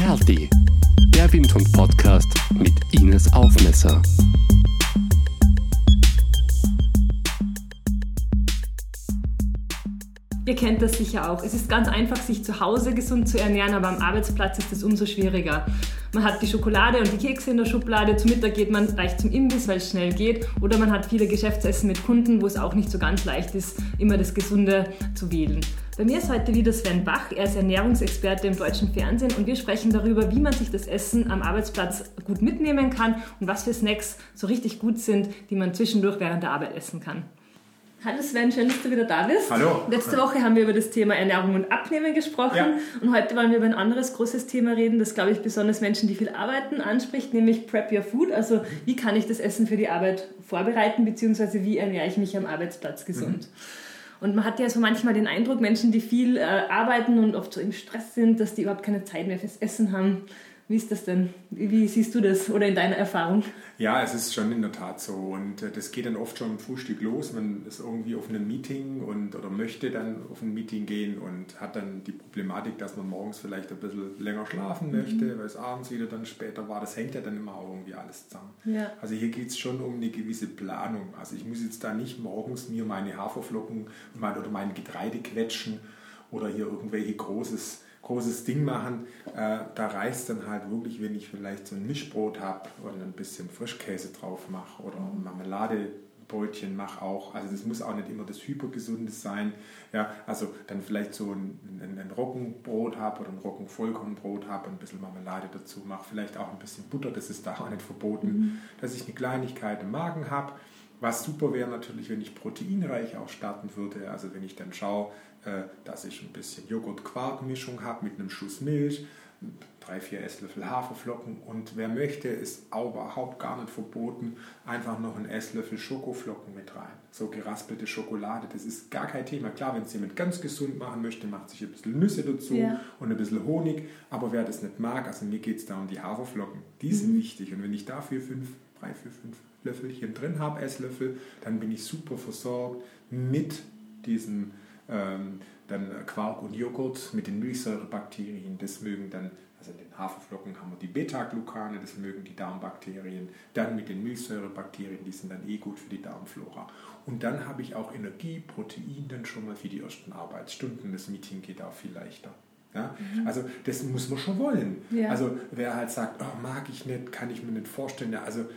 Healthy, der Windhund-Podcast mit Ines Aufmesser. Ihr kennt das sicher auch. Es ist ganz einfach, sich zu Hause gesund zu ernähren, aber am Arbeitsplatz ist es umso schwieriger. Man hat die Schokolade und die Kekse in der Schublade, zum Mittag geht man leicht zum Imbiss, weil es schnell geht, oder man hat viele Geschäftsessen mit Kunden, wo es auch nicht so ganz leicht ist, immer das Gesunde zu wählen. Bei mir ist heute wieder Sven Bach, er ist Ernährungsexperte im deutschen Fernsehen und wir sprechen darüber, wie man sich das Essen am Arbeitsplatz gut mitnehmen kann und was für Snacks so richtig gut sind, die man zwischendurch während der Arbeit essen kann. Hallo Sven, schön, dass du wieder da bist. Hallo. Letzte Woche haben wir über das Thema Ernährung und Abnehmen gesprochen und heute wollen wir über ein anderes großes Thema reden, das, glaube ich, besonders Menschen, die viel arbeiten, anspricht, nämlich Prep Your Food, also wie kann ich das Essen für die Arbeit vorbereiten, beziehungsweise wie ernähre ich mich am Arbeitsplatz gesund. Und man hat ja so manchmal den Eindruck, Menschen, die viel arbeiten und oft so im Stress sind, dass die überhaupt keine Zeit mehr fürs Essen haben. Wie ist das denn? Wie siehst du das oder in deiner Erfahrung? Ja, es ist schon in der Tat so und das geht dann oft schon im Frühstück los. Man ist irgendwie auf einem Meeting oder möchte dann auf ein Meeting gehen und hat dann die Problematik, dass man morgens vielleicht ein bisschen länger schlafen möchte, weil es abends wieder dann später war. Das hängt ja dann immer auch irgendwie alles zusammen. Ja. Also hier geht es schon um eine gewisse Planung. Also ich muss jetzt da nicht morgens mir meine Haferflocken oder mein Getreide quetschen oder hier irgendwelche großes Ding machen. Da reicht es dann halt wirklich, wenn ich vielleicht so ein Mischbrot habe und ein bisschen Frischkäse drauf mache oder Marmeladebrötchen mache auch. Also das muss auch nicht immer das Hypergesunde sein. Ja, also dann vielleicht so ein Roggenbrot habe oder ein Roggenvollkornbrot habe, ein bisschen Marmelade dazu mache, vielleicht auch ein bisschen Butter, das ist da auch nicht verboten, dass ich eine Kleinigkeit im Magen habe. Was super wäre natürlich, wenn ich proteinreich auch starten würde, also wenn ich dann schaue, dass ich ein bisschen Joghurt-Quark-Mischung habe mit einem Schuss Milch, 3-4 Esslöffel Haferflocken und wer möchte, ist auch überhaupt gar nicht verboten, einfach noch einen Esslöffel Schokoflocken mit rein. So geraspelte Schokolade, das ist gar kein Thema. Klar, wenn es jemand ganz gesund machen möchte, macht sich ein bisschen Nüsse dazu und ein bisschen Honig, aber wer das nicht mag, also mir geht es da um die Haferflocken, die sind wichtig und wenn ich dafür 3-4-5 Löffelchen drin habe, Esslöffel, dann bin ich super versorgt mit diesem dann Quark und Joghurt, mit den Milchsäurebakterien. Das mögen dann, also in den Haferflocken haben wir die Beta-Glucane, das mögen die Darmbakterien. Dann mit den Milchsäurebakterien, die sind dann gut für die Darmflora. Und dann habe ich auch Energie, Protein dann schon mal für die ersten Arbeitsstunden. Das Meeting geht auch viel leichter. Ja? Also das muss man schon wollen. Ja. Also wer halt sagt, oh, mag ich nicht, kann ich mir nicht vorstellen. Ja, also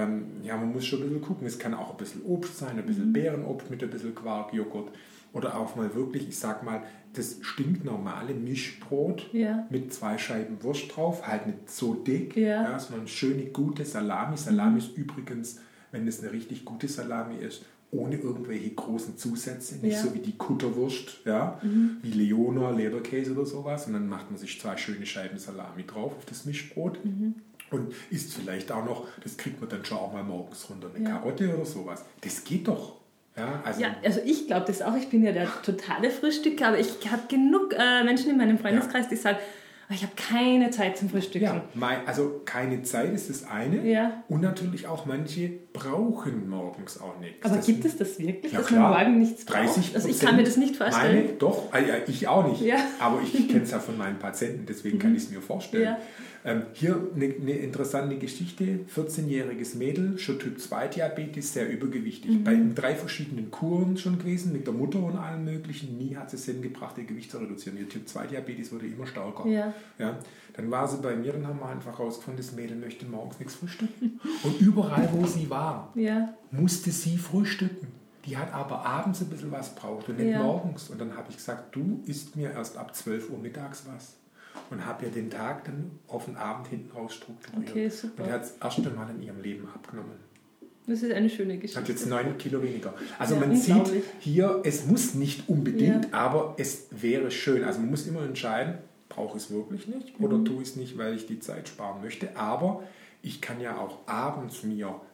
man muss schon ein bisschen gucken. Es kann auch ein bisschen Obst sein, ein bisschen Beerenobst mit ein bisschen Quark, Joghurt. Oder auch mal wirklich, ich sag mal, das stinknormale Mischbrot mit 2 Scheiben Wurst drauf, halt nicht so dick, sondern eine schöne, gute Salami. Salami ist übrigens, wenn es eine richtig gute Salami ist, ohne irgendwelche großen Zusätze, nicht so wie die Kutterwurst, wie Leona, Leberkäse oder sowas, und dann macht man sich 2 schöne Scheiben Salami drauf auf das Mischbrot. Und isst vielleicht auch noch, das kriegt man dann schon auch mal morgens runter, eine Karotte oder sowas. Das geht doch. Ja, also ich glaube das auch. Ich bin ja der totale Frühstücker, aber ich habe genug Menschen in meinem Freundeskreis, die sagen, ich habe keine Zeit zum Frühstücken. Ja, also keine Zeit ist das eine. Ja. Und natürlich auch manche brauchen morgens auch nichts. Aber gibt es das wirklich, dass man morgen nichts braucht? Also ich kann mir das nicht vorstellen. Ich auch nicht. Ja. Aber ich kenne es ja von meinen Patienten, deswegen kann ich es mir vorstellen. Ja. Hier eine interessante Geschichte. 14-jähriges Mädel, schon Typ 2 Diabetes, sehr übergewichtig. Bei 3 verschiedenen Kuren schon gewesen, mit der Mutter und allem möglichen. Nie hat es Sinn gebracht, ihr Gewicht zu reduzieren. Ihr Typ 2 Diabetes wurde immer stärker. Ja. Ja, dann war sie bei mir, dann haben wir einfach rausgefunden, das Mädel möchte morgens nichts frühstücken. Und überall, wo sie war, musste sie frühstücken. Die hat aber abends ein bisschen was braucht und nicht morgens. Und dann habe ich gesagt, du isst mir erst ab 12 Uhr mittags was. Und habe ihr den Tag dann auf den Abend hinten raus strukturiert. Okay, super. Und die hat das erste Mal in ihrem Leben abgenommen. Das ist eine schöne Geschichte. Hat jetzt 9 Kilo weniger. Also man sieht hier, es muss nicht unbedingt, aber es wäre schön. Also man muss immer entscheiden, brauche ich es wirklich nicht oder tue ich es nicht, weil ich die Zeit sparen möchte. Aber ich kann ja auch abends mir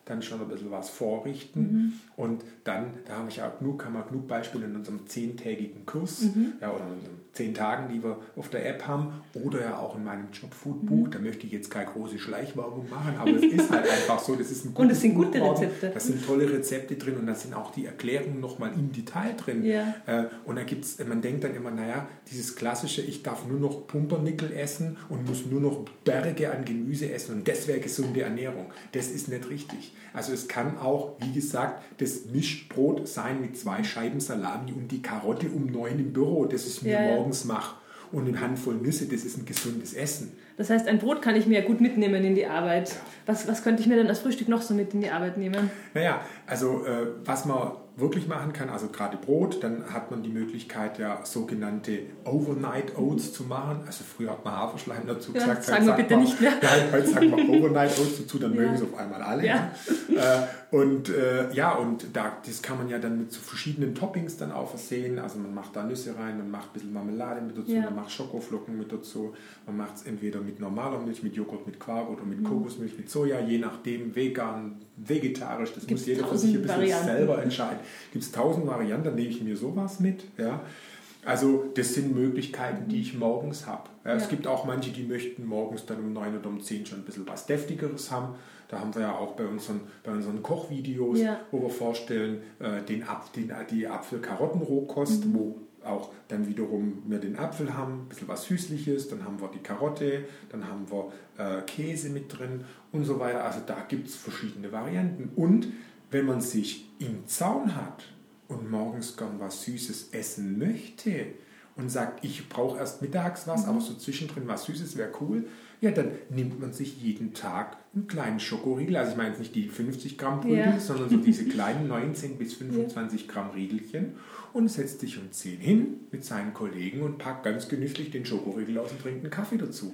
dann schon ein bisschen was vorrichten. Und dann, da haben wir genug Beispiele in unserem 10-tägigen Kurs oder in unseren 10 Tagen, die wir auf der App haben, oder ja auch in meinem Jobfood-Buch. Da möchte ich jetzt keine große Schleichwerbung machen, aber es ist halt einfach so, das ist ein gutes Und es sind gute Rezepte. Da sind tolle Rezepte drin und da sind auch die Erklärungen nochmal im Detail drin. Ja. Und da gibt's, man denkt dann immer, naja, dieses klassische, ich darf nur noch Pumpernickel essen und muss nur noch Berge an Gemüse essen und das wäre gesunde Ernährung. Das ist nicht richtig. Also es kann auch, wie gesagt, das Mischbrot sein mit 2 Scheiben Salami und die Karotte um 9 im Büro, das ich mir morgens mache. Und eine Handvoll Nüsse, das ist ein gesundes Essen. Das heißt, ein Brot kann ich mir ja gut mitnehmen in die Arbeit. Ja. Was könnte ich mir denn als Frühstück noch so mit in die Arbeit nehmen? Naja, also was man wirklich machen kann, also gerade Brot, dann hat man die Möglichkeit, ja sogenannte Overnight Oats zu machen. Also früher hat man Haferschleim dazu gesagt. Sagen wir bitte nicht mehr. Ja, heute sagen wir Overnight Oats dazu, dann mögen es auf einmal alle. Ja. Und das kann man ja dann mit so verschiedenen Toppings dann auch versehen. Also man macht da Nüsse rein, man macht ein bisschen Marmelade mit dazu, man macht Schokoflocken mit dazu, man macht es entweder mit normaler Milch, mit Joghurt, mit Quark oder mit Kokosmilch, mit Soja, je nachdem, vegan, vegetarisch, das muss jeder für sich ein bisschen selber entscheiden. Gibt es 1000 Varianten, dann nehme ich mir sowas mit. Ja. Also das sind Möglichkeiten, die ich morgens habe. Ja, es gibt auch manche, die möchten morgens dann um 9 oder um 10 schon ein bisschen was Deftigeres haben. Da haben wir ja auch bei unseren Kochvideos, wo wir vorstellen, die Apfel-Karotten-Rohkost, wo auch dann wiederum wir den Apfel haben, ein bisschen was Süßliches, dann haben wir die Karotte, dann haben wir Käse mit drin und so weiter. Also da gibt es verschiedene Varianten. Und wenn man sich im Zaun hat und morgens gern was Süßes essen möchte und sagt, ich brauche erst mittags was, aber so zwischendrin was Süßes wäre cool, ja, dann nimmt man sich jeden Tag einen kleinen Schokoriegel, also ich meine jetzt nicht die 50 Gramm Prügel, sondern so diese kleinen 19 bis 25 Gramm Riegelchen und setzt sich um 10 hin mit seinen Kollegen und packt ganz genüsslich den Schokoriegel aus und trinkt einen Kaffee dazu.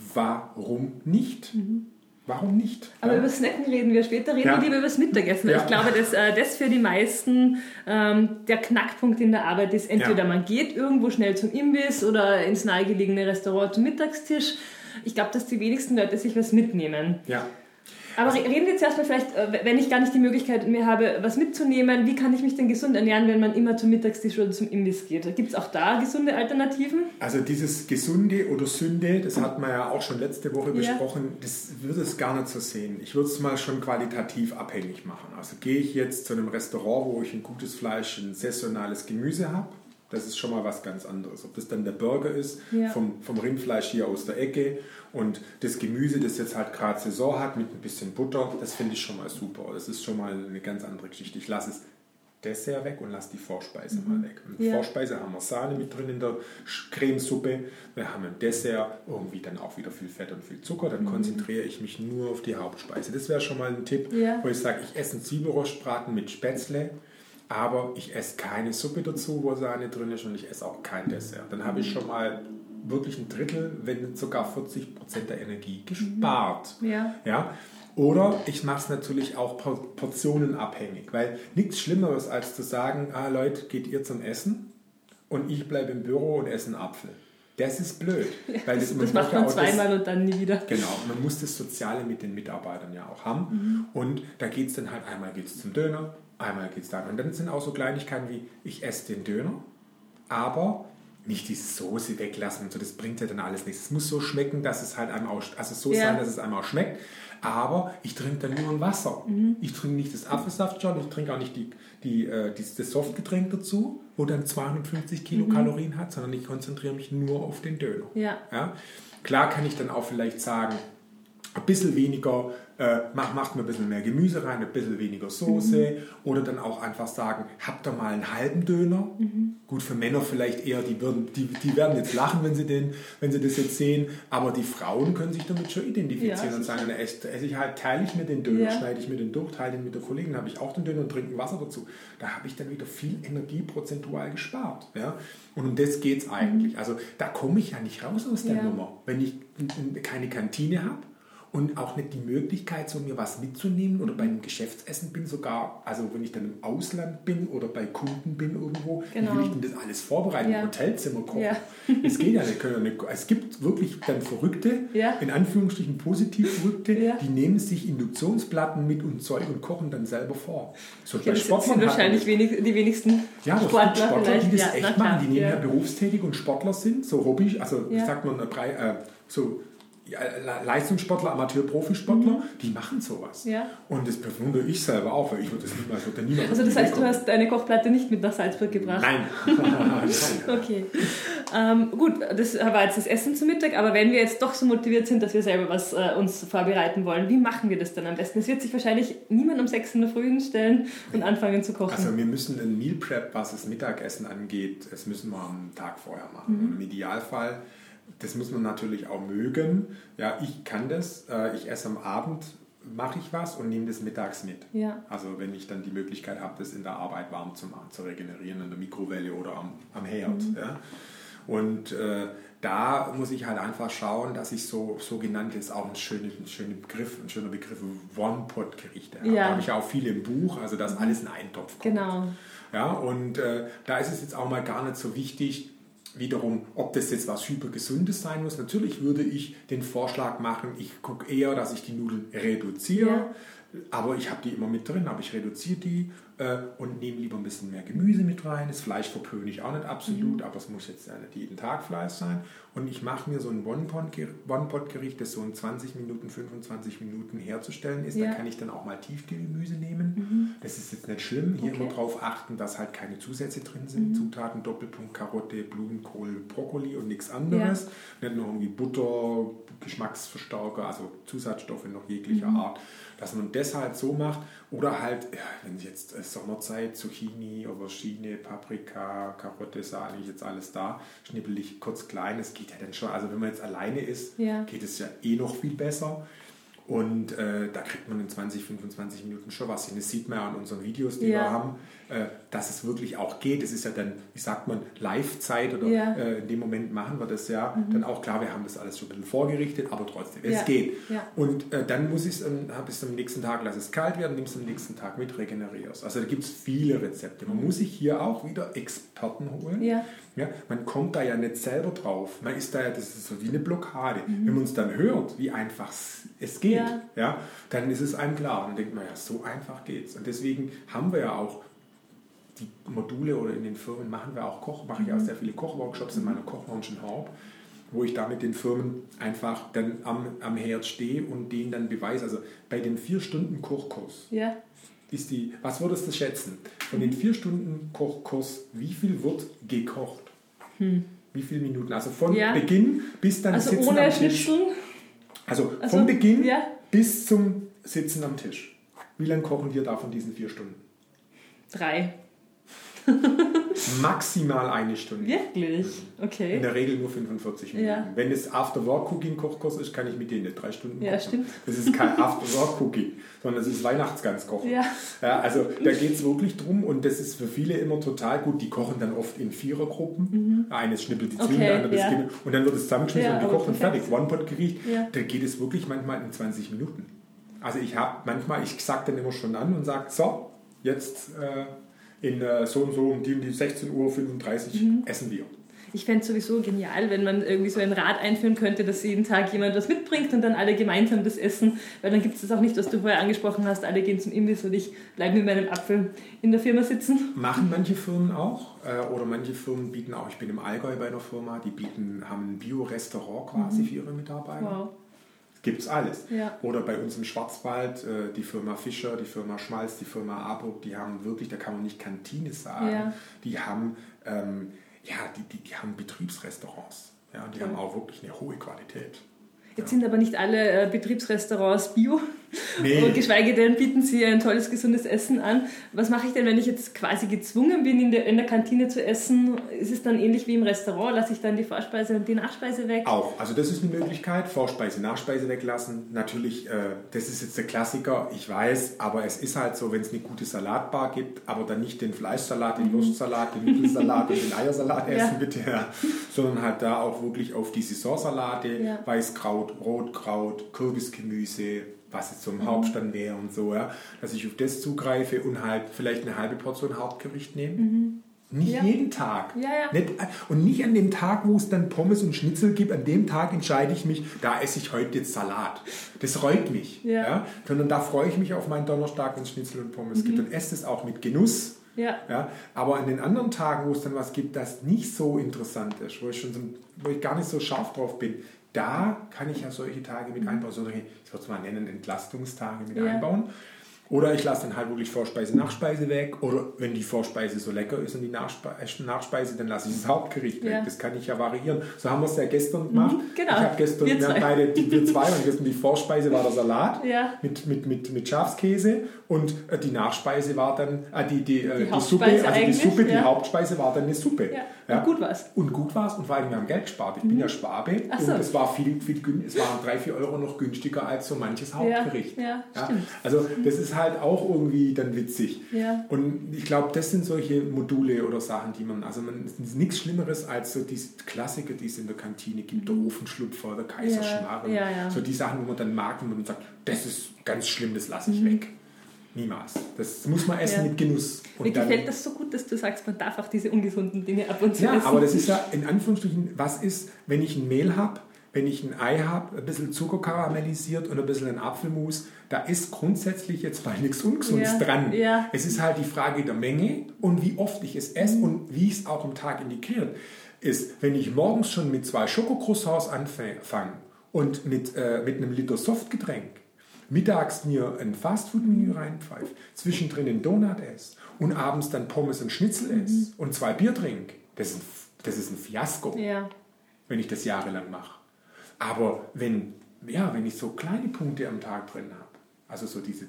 Warum nicht? Warum nicht? Aber über Snacken reden wir später, reden wir lieber über das Mittagessen. Ich glaube, dass das für die meisten der Knackpunkt in der Arbeit ist. Entweder man geht irgendwo schnell zum Imbiss oder ins nahegelegene Restaurant zum Mittagstisch. Ich glaube, dass die wenigsten Leute sich was mitnehmen. Ja. Aber reden wir jetzt erstmal vielleicht, wenn ich gar nicht die Möglichkeit mehr habe, was mitzunehmen, wie kann ich mich denn gesund ernähren, wenn man immer zum Mittagstisch oder zum Imbiss geht? Gibt es auch da gesunde Alternativen? Also dieses Gesunde oder Sünde, das hat man ja auch schon letzte Woche besprochen, das würde es gar nicht so sehen. Ich würde es mal schon qualitativ abhängig machen. Also gehe ich jetzt zu einem Restaurant, wo ich ein gutes Fleisch, ein saisonales Gemüse habe, das ist schon mal was ganz anderes. Ob das dann der Burger ist, vom Rindfleisch hier aus der Ecke und das Gemüse, das jetzt halt gerade Saison hat mit ein bisschen Butter, das finde ich schon mal super. Das ist schon mal eine ganz andere Geschichte. Ich lasse das Dessert weg und lasse die Vorspeise mal weg. In der Vorspeise haben wir Sahne mit drin in der Cremesuppe. Wir haben im Dessert irgendwie dann auch wieder viel Fett und viel Zucker. Dann konzentriere ich mich nur auf die Hauptspeise. Das wäre schon mal ein Tipp, wo ich sage, ich esse einen Zwiebelrostbraten mit Spätzle. Aber ich esse keine Suppe dazu, wo Sahne drin ist und ich esse auch kein Dessert. Dann habe ich schon mal wirklich ein Drittel, wenn nicht sogar 40% der Energie gespart. Ja? Oder ich mache es natürlich auch portionenabhängig, weil nichts Schlimmeres als zu sagen, Leute, geht ihr zum Essen und ich bleibe im Büro und esse einen Apfel. Das ist blöd. Weil das macht man zweimal und dann nie wieder. Genau, man muss das Soziale mit den Mitarbeitern ja auch haben. Und da geht es dann halt, einmal geht's zum Döner, einmal geht es da. Und dann sind auch so Kleinigkeiten wie, ich esse den Döner, aber nicht die Soße weglassen und so, das bringt ja dann alles nichts. Es muss so schmecken, dass es halt einem auch, also so sein, dass es einem auch schmeckt. Aber ich trinke dann nur ein Wasser. Ich trinke nicht das Apfelsaft schon, ich trinke auch nicht das Softgetränk dazu, wo dann 250 Kilokalorien hat, sondern ich konzentriere mich nur auf den Döner. Ja? Klar kann ich dann auch vielleicht sagen, ein bisschen weniger, macht mir ein bisschen mehr Gemüse rein, ein bisschen weniger Soße oder dann auch einfach sagen, habt ihr mal einen halben Döner? Gut, für Männer vielleicht eher, die werden jetzt lachen, wenn sie das jetzt sehen, aber die Frauen können sich damit schon identifizieren und sagen, teile ich mir den Döner, schneide ich mir den durch, teile den mit der Kollegin, habe ich auch den Döner und trinke Wasser dazu. Da habe ich dann wieder viel Energie prozentual gespart. Ja? Und um das geht es eigentlich. Also da komme ich ja nicht raus aus der Nummer, wenn ich keine Kantine habe. und auch nicht die Möglichkeit, so mir was mitzunehmen oder bei einem Geschäftsessen bin sogar, also wenn ich dann im Ausland bin oder bei Kunden bin irgendwo, wie will ich denn das alles vorbereiten, im Hotelzimmer kochen? Es geht ja nicht, es gibt wirklich dann Verrückte, in Anführungsstrichen positiv Verrückte, die nehmen sich Induktionsplatten mit und Zeug und kochen dann selber vor. So bei Sportlern sind wahrscheinlich die wenigsten Sportler die das echt machen, die nebenher berufstätig und Sportler sind, so Hobby, also sagt man, so Leistungssportler, Amateur-Profisportler, die machen sowas. Ja. Und das bewundere ich selber auch, weil ich würde das niemals. Also das heißt, du hast deine Kochplatte nicht mit nach Salzburg gebracht? Nein. Okay. Gut, das war jetzt das Essen zum Mittag, aber wenn wir jetzt doch so motiviert sind, dass wir selber was uns vorbereiten wollen, wie machen wir das dann am besten? Es wird sich wahrscheinlich niemand um 6 in der Früh hinstellen und anfangen zu kochen. Also wir müssen ein Meal Prep, was das Mittagessen angeht, das müssen wir am Tag vorher machen. Im Idealfall, das muss man natürlich auch mögen. Ja, ich kann das. Ich esse am Abend, mache ich was und nehme das mittags mit. Ja. Also wenn ich dann die Möglichkeit habe, das in der Arbeit warm zu machen, zu regenerieren, in der Mikrowelle oder am Herd. Ja. Und da muss ich halt einfach schauen, dass ich sogenannte, ist auch ein schöner Begriff, One-Pot-Gerichte habe. Da habe ich ja auch viele im Buch, also dass alles in einen Topf kommt. Genau. Ja, und da ist es jetzt auch mal gar nicht so wichtig, wiederum, ob das jetzt was Hypergesundes sein muss. Natürlich würde ich den Vorschlag machen, ich gucke eher, dass ich die Nudeln reduziere, aber ich habe die immer mit drin, aber ich reduziere die und nehme lieber ein bisschen mehr Gemüse mit rein. Das Fleisch verpöne ich auch nicht absolut, aber es muss jetzt nicht jeden Tag Fleisch sein. Und ich mache mir so ein One-Pot-Gericht, das so in 20 Minuten, 25 Minuten herzustellen ist. Da kann ich dann auch mal Tiefkühlgemüse nehmen. Das ist jetzt nicht schlimm. Hier immer darauf achten, dass halt keine Zusätze drin sind. Zutaten, Doppelpunkt, Karotte, Blumenkohl, Brokkoli und nichts anderes. Nicht nur irgendwie Butter, Geschmacksverstärker, also Zusatzstoffe noch jeglicher Art. Dass man das halt so macht. Oder halt, wenn jetzt Sommerzeit, Zucchini, Aubergine, Paprika, Karotte, ist eigentlich jetzt alles da, schnippel ich kurz klein, das geht ja dann schon, also wenn man jetzt alleine ist, geht es ja noch viel besser. Und da kriegt man in 20, 25 Minuten schon was hin. Das sieht man ja an unseren Videos, die wir haben, dass es wirklich auch geht. Es ist ja dann, wie sagt man, Live-Zeit oder in dem Moment machen wir das ja. Dann auch klar, wir haben das alles schon ein bisschen vorgerichtet, aber trotzdem, es geht. Ja. Und dann habe ich es am nächsten Tag, lass es kalt werden, nimm es am nächsten Tag mit, regenerierst. Also da gibt es viele Rezepte. Man muss sich hier auch wieder Experten holen. Ja, man kommt da ja nicht selber drauf. Man ist da ja, das ist so wie eine Blockade. Wenn man es dann hört, wie einfach es geht, dann ist es einem klar. Und dann denkt man, ja, so einfach geht's. Und deswegen haben wir ja auch die Module oder in den Firmen mache ich auch sehr viele Kochworkshops in meiner Kochlounge Haupt, wo ich da mit den Firmen einfach dann am Herd stehe und denen dann beweise. Also bei dem 4-Stunden-Kochkurs ist was würdest du schätzen? Von den 4 Stunden Kochkurs, wie viel wird gekocht? Wie viele Minuten? Also von Beginn bis dann also Sitzen ohne am Tisch. Schnitzeln? Also vom Beginn bis zum Sitzen am Tisch. Wie lange kochen wir da von diesen 4 Stunden? 3. Maximal 1 Stunde. Wirklich? Okay. In der Regel nur 45 Minuten. Ja. Wenn es After-Work-Cooking-Kochkurs ist, kann ich mit denen nicht 3 Stunden kochen. Ja, stimmt. Das ist kein After-Work-Cooking, sondern es ist Weihnachtsganskochen. Ja. Also da geht es wirklich drum und das ist für viele immer total gut. Die kochen dann oft in 4er-Gruppen. Eines schnippelt die Zwiebeln, der andere das Kind. Und dann wird es zusammengeschnitten und gekocht und fertig. One-Pot-Gericht, da geht es wirklich manchmal in 20 Minuten. Also ich sage dann immer schon an und sage, so, jetzt in so und so um die 16:35 Uhr essen wir. Ich fände es sowieso genial, wenn man irgendwie so ein Rad einführen könnte, dass jeden Tag jemand was mitbringt und dann alle gemeinsam das essen, weil dann gibt es das auch nicht, was du vorher angesprochen hast, alle gehen zum Imbiss und ich bleibe mit meinem Apfel in der Firma sitzen. Machen manche Firmen auch oder manche Firmen bieten auch, ich bin im Allgäu bei einer Firma, die haben ein Bio-Restaurant quasi für ihre Mitarbeiter. Wow. Gibt es alles. Ja. Oder bei uns im Schwarzwald, die Firma Fischer, die Firma Schmalz, die Firma Aburg, die haben wirklich, da kann man nicht Kantine sagen, die haben die haben Betriebsrestaurants. Ja, die haben auch wirklich eine hohe Qualität. Jetzt sind aber nicht alle Betriebsrestaurants bio, und geschweige denn bieten sie ein tolles, gesundes Essen an. Was mache ich denn, wenn ich jetzt quasi gezwungen bin, in der Kantine zu essen? Ist es dann ähnlich wie im Restaurant? Lasse ich dann die Vorspeise und die Nachspeise weg? Auch, also das ist eine Möglichkeit, Vorspeise, Nachspeise weglassen. Natürlich, das ist jetzt der Klassiker, ich weiß, aber es ist halt so, wenn es eine gute Salatbar gibt, aber dann nicht den Fleischsalat, den Wurstsalat, den Nudelsalat und den Eiersalat essen, bitte. sondern halt da auch wirklich auf die Saisonsalate, Ja. Weißkraut, Rotkraut, Kürbisgemüse, was jetzt so im Hauptstand wäre und so, ja, dass ich auf das zugreife und halt vielleicht eine halbe Portion Hauptgericht nehme. Nicht Ja. jeden Tag. Ja, ja. Nicht, und nicht an dem Tag, wo es dann Pommes und Schnitzel gibt, an dem Tag entscheide ich mich, da esse ich heute jetzt Salat. Das reut mich. Ja. Ja? Sondern da freue ich mich auf meinen Donnerstag, wenn es Schnitzel und Pommes gibt und esse es auch mit Genuss. Ja. Ja? Aber an den anderen Tagen, wo es dann was gibt, das nicht so interessant ist, wo ich gar nicht so scharf drauf bin, da kann ich ja solche Tage mit einbauen, solche, ich würde es mal nennen, Entlastungstage mit einbauen. Oder ich lasse dann halt wirklich Vorspeise, Nachspeise weg. Oder wenn die Vorspeise so lecker ist und die Nachspeise, dann lasse ich das Hauptgericht weg. Ja. Das kann ich ja variieren. So haben wir es ja gestern gemacht. Genau. Ich habe gestern, wir zwei und gestern die Vorspeise war der Salat mit Schafskäse und die Nachspeise war dann die Suppe, also die Suppe, die Hauptspeise war dann eine Suppe. Ja. Ja. Und gut war's. Und gut war's und vor allem wir haben Geld gespart. Ich bin ja Schwabe Ach so. und es war es waren 3-4 Euro noch günstiger als so manches Hauptgericht. Ja, stimmt. Also das ist halt auch irgendwie dann witzig. Ja. Und ich glaube, das sind solche Module oder Sachen, es ist nichts Schlimmeres als so diese Klassiker, die es in der Kantine gibt, der Ofenschlupfer, der Kaiserschmarrn. Ja. So die Sachen, wo man dann mag und man sagt, das ist ganz schlimm, das lasse ich weg. Niemals. Das muss man essen mit Genuss. Und Mir gefällt das so gut, dass du sagst, man darf auch diese ungesunden Dinge ab und zu essen. Ja, aber das ist ja in Anführungsstrichen, was ist, wenn ich ein Mehl habe, wenn ich ein Ei habe, ein bisschen Zucker karamellisiert und ein bisschen ein Apfelmus, da ist grundsätzlich jetzt mal nichts Ungesundes dran. Ja. Es ist halt die Frage der Menge und wie oft ich es esse und wie es auch im Tag integriert ist. Wenn ich morgens schon mit 2 Schokocroissants anfange und mit einem Liter Softgetränk, mittags mir ein Fastfood-Menü reinpfeife, zwischendrin einen Donut esse und abends dann Pommes und Schnitzel esse und 2 Bier trinke, das ist ein Fiasko, wenn ich das jahrelang mache. Aber wenn ich so kleine Punkte am Tag drin habe, also so diese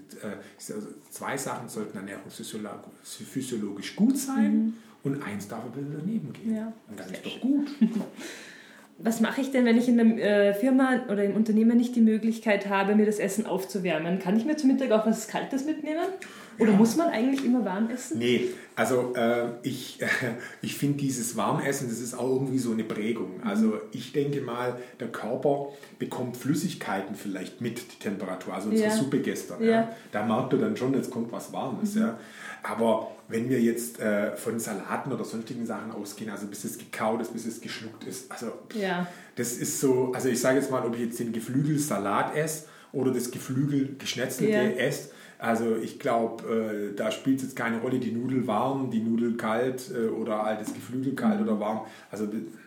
2 Sachen sollten ernährungsphysiologisch gut sein und eins darf ein bisschen daneben gehen. Ja. Und dann ist doch gut. Was mache ich denn, wenn ich in der Firma oder im Unternehmen nicht die Möglichkeit habe, mir das Essen aufzuwärmen? Kann ich mir zum Mittag auch was Kaltes mitnehmen? Oder muss man eigentlich immer warm essen? Nee, also ich finde dieses Warmessen, das ist auch irgendwie so eine Prägung. Also ich denke mal, der Körper bekommt Flüssigkeiten vielleicht mit, die Temperatur. Also unsere Suppe gestern, da merkt er dann schon, jetzt kommt was Warmes. Ja. Aber wenn wir jetzt von Salaten oder sonstigen Sachen ausgehen, also bis es gekaut ist, bis es geschluckt ist, also das ist so, also ich sage jetzt mal, ob ich jetzt den Geflügelsalat esse oder das Geflügel-Geschnetzelte esse, also ich glaube, da spielt es jetzt keine Rolle, die Nudel warm, die Nudel kalt oder das Geflügel kalt oder warm. Also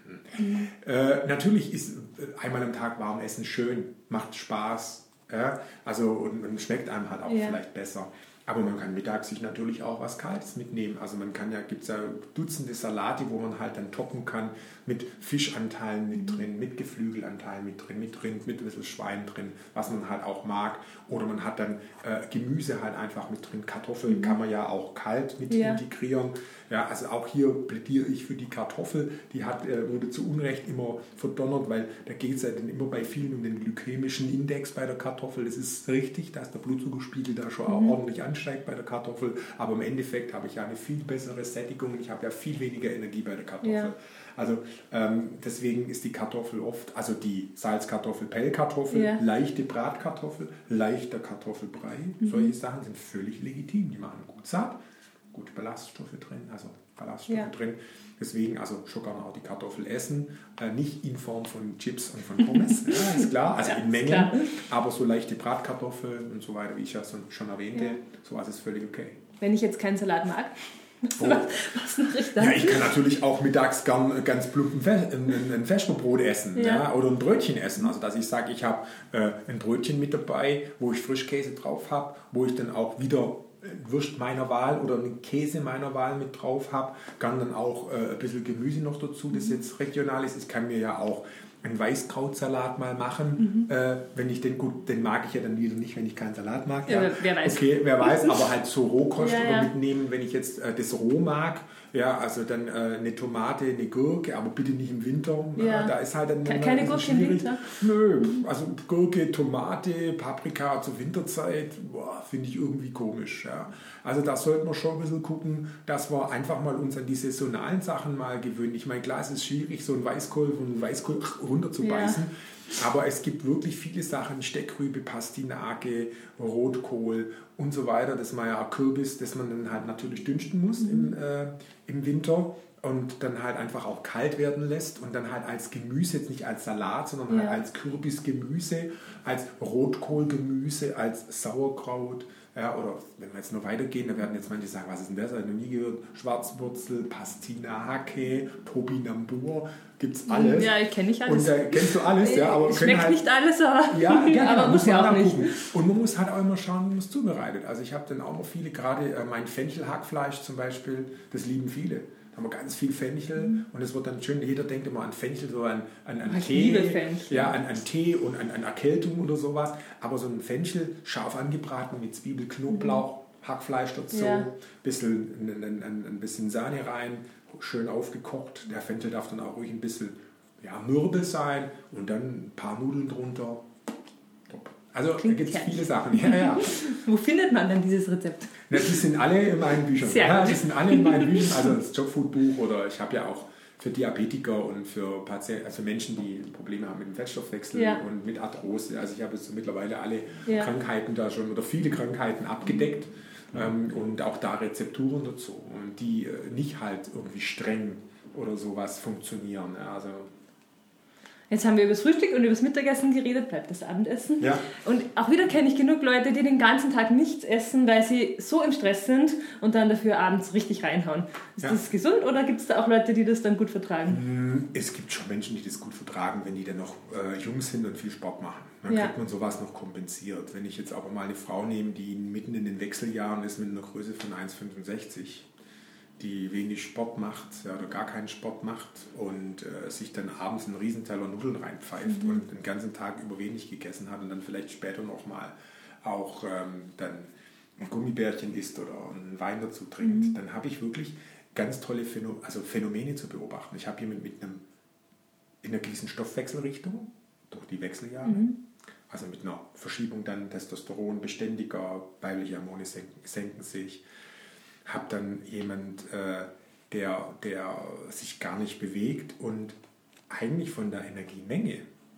natürlich ist einmal am Tag warm essen schön, macht Spaß, also und schmeckt einem halt auch vielleicht besser. Aber man kann mittags sich natürlich auch was Kaltes mitnehmen. Also gibt es ja Dutzende Salate, wo man halt dann toppen kann mit Fischanteilen mit drin, mit Geflügelanteilen mit drin, mit Rind, mit ein bisschen Schwein drin, was man halt auch mag. Oder man hat dann Gemüse halt einfach mit drin. Kartoffeln kann man ja auch kalt mit integrieren. Ja, also auch hier plädiere ich für die Kartoffel. Die wurde zu Unrecht immer verdonnert, weil da geht es ja dann immer bei vielen um den glykämischen Index bei der Kartoffel. Das ist richtig, dass der Blutzuckerspiegel da schon auch ordentlich ansteigt bei der Kartoffel. Aber im Endeffekt habe ich ja eine viel bessere Sättigung. Ich habe ja viel weniger Energie bei der Kartoffel. Ja. Also deswegen ist die Kartoffel oft, also die Salzkartoffel, Pellkartoffel, leichte Bratkartoffel, leichter Kartoffelbrei. Solche Sachen sind völlig legitim. Die machen gut satt. Gute Ballaststoffe drin. Deswegen, also schon gerne auch die Kartoffel essen. Nicht in Form von Chips und von Pommes, ist klar, also in Mengen. Aber so leichte Bratkartoffeln und so weiter, wie ich ja schon erwähnte, sowas ist völlig okay. Wenn ich jetzt keinen Salat mag, was mache ich dann? Ja, ich kann natürlich auch mittags gern ganz plump ein Vesperbrot essen oder ein Brötchen essen. Also dass ich sage, ich habe ein Brötchen mit dabei, wo ich Frischkäse drauf habe, wo ich dann auch wieder Wurst meiner Wahl oder einen Käse meiner Wahl mit drauf habe, kann dann auch ein bisschen Gemüse noch dazu, das jetzt regional ist. Ich kann mir ja auch einen Weißkrautsalat mal machen, wenn ich den mag ich ja dann wieder nicht, wenn ich keinen Salat mag. Ja. Wer weiß. Okay, wer weiß, aber halt so Rohkost oder mitnehmen, wenn ich jetzt das roh mag. Ja, also dann eine Tomate, eine Gurke, aber bitte nicht im Winter. Ja. Da ist halt dann keine Gurke im Winter? Nö, also Gurke, Tomate, Paprika zur Winterzeit, finde ich irgendwie komisch. Ja. Also da sollten wir schon ein bisschen gucken, dass wir einfach mal uns an die saisonalen Sachen mal gewöhnen. Ich meine, klar, es ist schwierig, so einen Weißkohl runterzubeißen. Ja. Aber es gibt wirklich viele Sachen, Steckrübe, Pastinake, Rotkohl und so weiter. Das ist mal ja Kürbis, das man dann halt natürlich dünsten muss im Winter und dann halt einfach auch kalt werden lässt und dann halt als Gemüse, jetzt nicht als Salat, sondern halt als Kürbisgemüse, als Rotkohlgemüse, als Sauerkraut. Ja, oder wenn wir jetzt noch weitergehen, da werden jetzt manche sagen, was ist denn das? Ich habe noch nie gehört. Schwarzwurzel, Pastinake, Topinambur, gibt's alles. Ja, ich kenne nicht alles. Und kennst du alles, ja. Aber schmeckt halt, nicht alles, aber, aber muss ja auch nicht. Gucken. Und man muss halt auch immer schauen, wie man es zubereitet. Also ich habe dann auch noch viele, gerade mein Fenchelhackfleisch zum Beispiel, das lieben viele. Da haben wir ganz viel Fenchel und es wird dann schön, jeder denkt immer an Fenchel, so an Tee. Liebe Fenchel. Ja, an Tee und an Erkältung oder sowas. Aber so ein Fenchel scharf angebraten mit Zwiebel, Knoblauch, Hackfleisch dazu, ein bisschen Sahne rein, schön aufgekocht. Der Fenchel darf dann auch ruhig ein bisschen mürbe sein und dann ein paar Nudeln drunter. Top. Also da gibt es viele Sachen. Ja. Wo findet man denn dieses Rezept? Ja, die sind alle in meinen Büchern. Die sind alle in meinen Büchern. Also das Jobfood-Buch oder ich habe ja auch für Diabetiker und für Patienten, also Menschen, die Probleme haben mit dem Fettstoffwechsel und mit Arthrose. Also ich habe jetzt mittlerweile alle Krankheiten da schon oder viele Krankheiten abgedeckt und auch da Rezepturen dazu, die nicht halt irgendwie streng oder sowas funktionieren. Also jetzt haben wir über das Frühstück und über das Mittagessen geredet, bleibt das Abendessen. Ja. Und auch wieder kenne ich genug Leute, die den ganzen Tag nichts essen, weil sie so im Stress sind und dann dafür abends richtig reinhauen. Ist das gesund oder gibt es da auch Leute, die das dann gut vertragen? Es gibt schon Menschen, die das gut vertragen, wenn die dann noch jung sind und viel Sport machen. Dann kriegt man sowas noch kompensiert. Wenn ich jetzt aber mal eine Frau nehme, die mitten in den Wechseljahren ist mit einer Größe von 1,65, die wenig Sport macht oder gar keinen Sport macht und sich dann abends einen Riesenteller Nudeln reinpfeift und den ganzen Tag über wenig gegessen hat und dann vielleicht später nochmal auch dann ein Gummibärchen isst oder einen Wein dazu trinkt, dann habe ich wirklich ganz tolle Phänomene zu beobachten. Ich habe jemanden in einer gewissen Stoffwechselrichtung durch die Wechseljahre, also mit einer Verschiebung dann Testosteron beständiger, weibliche Hormone senken sich. Habe dann jemand, der sich gar nicht bewegt und eigentlich von der Energiemenge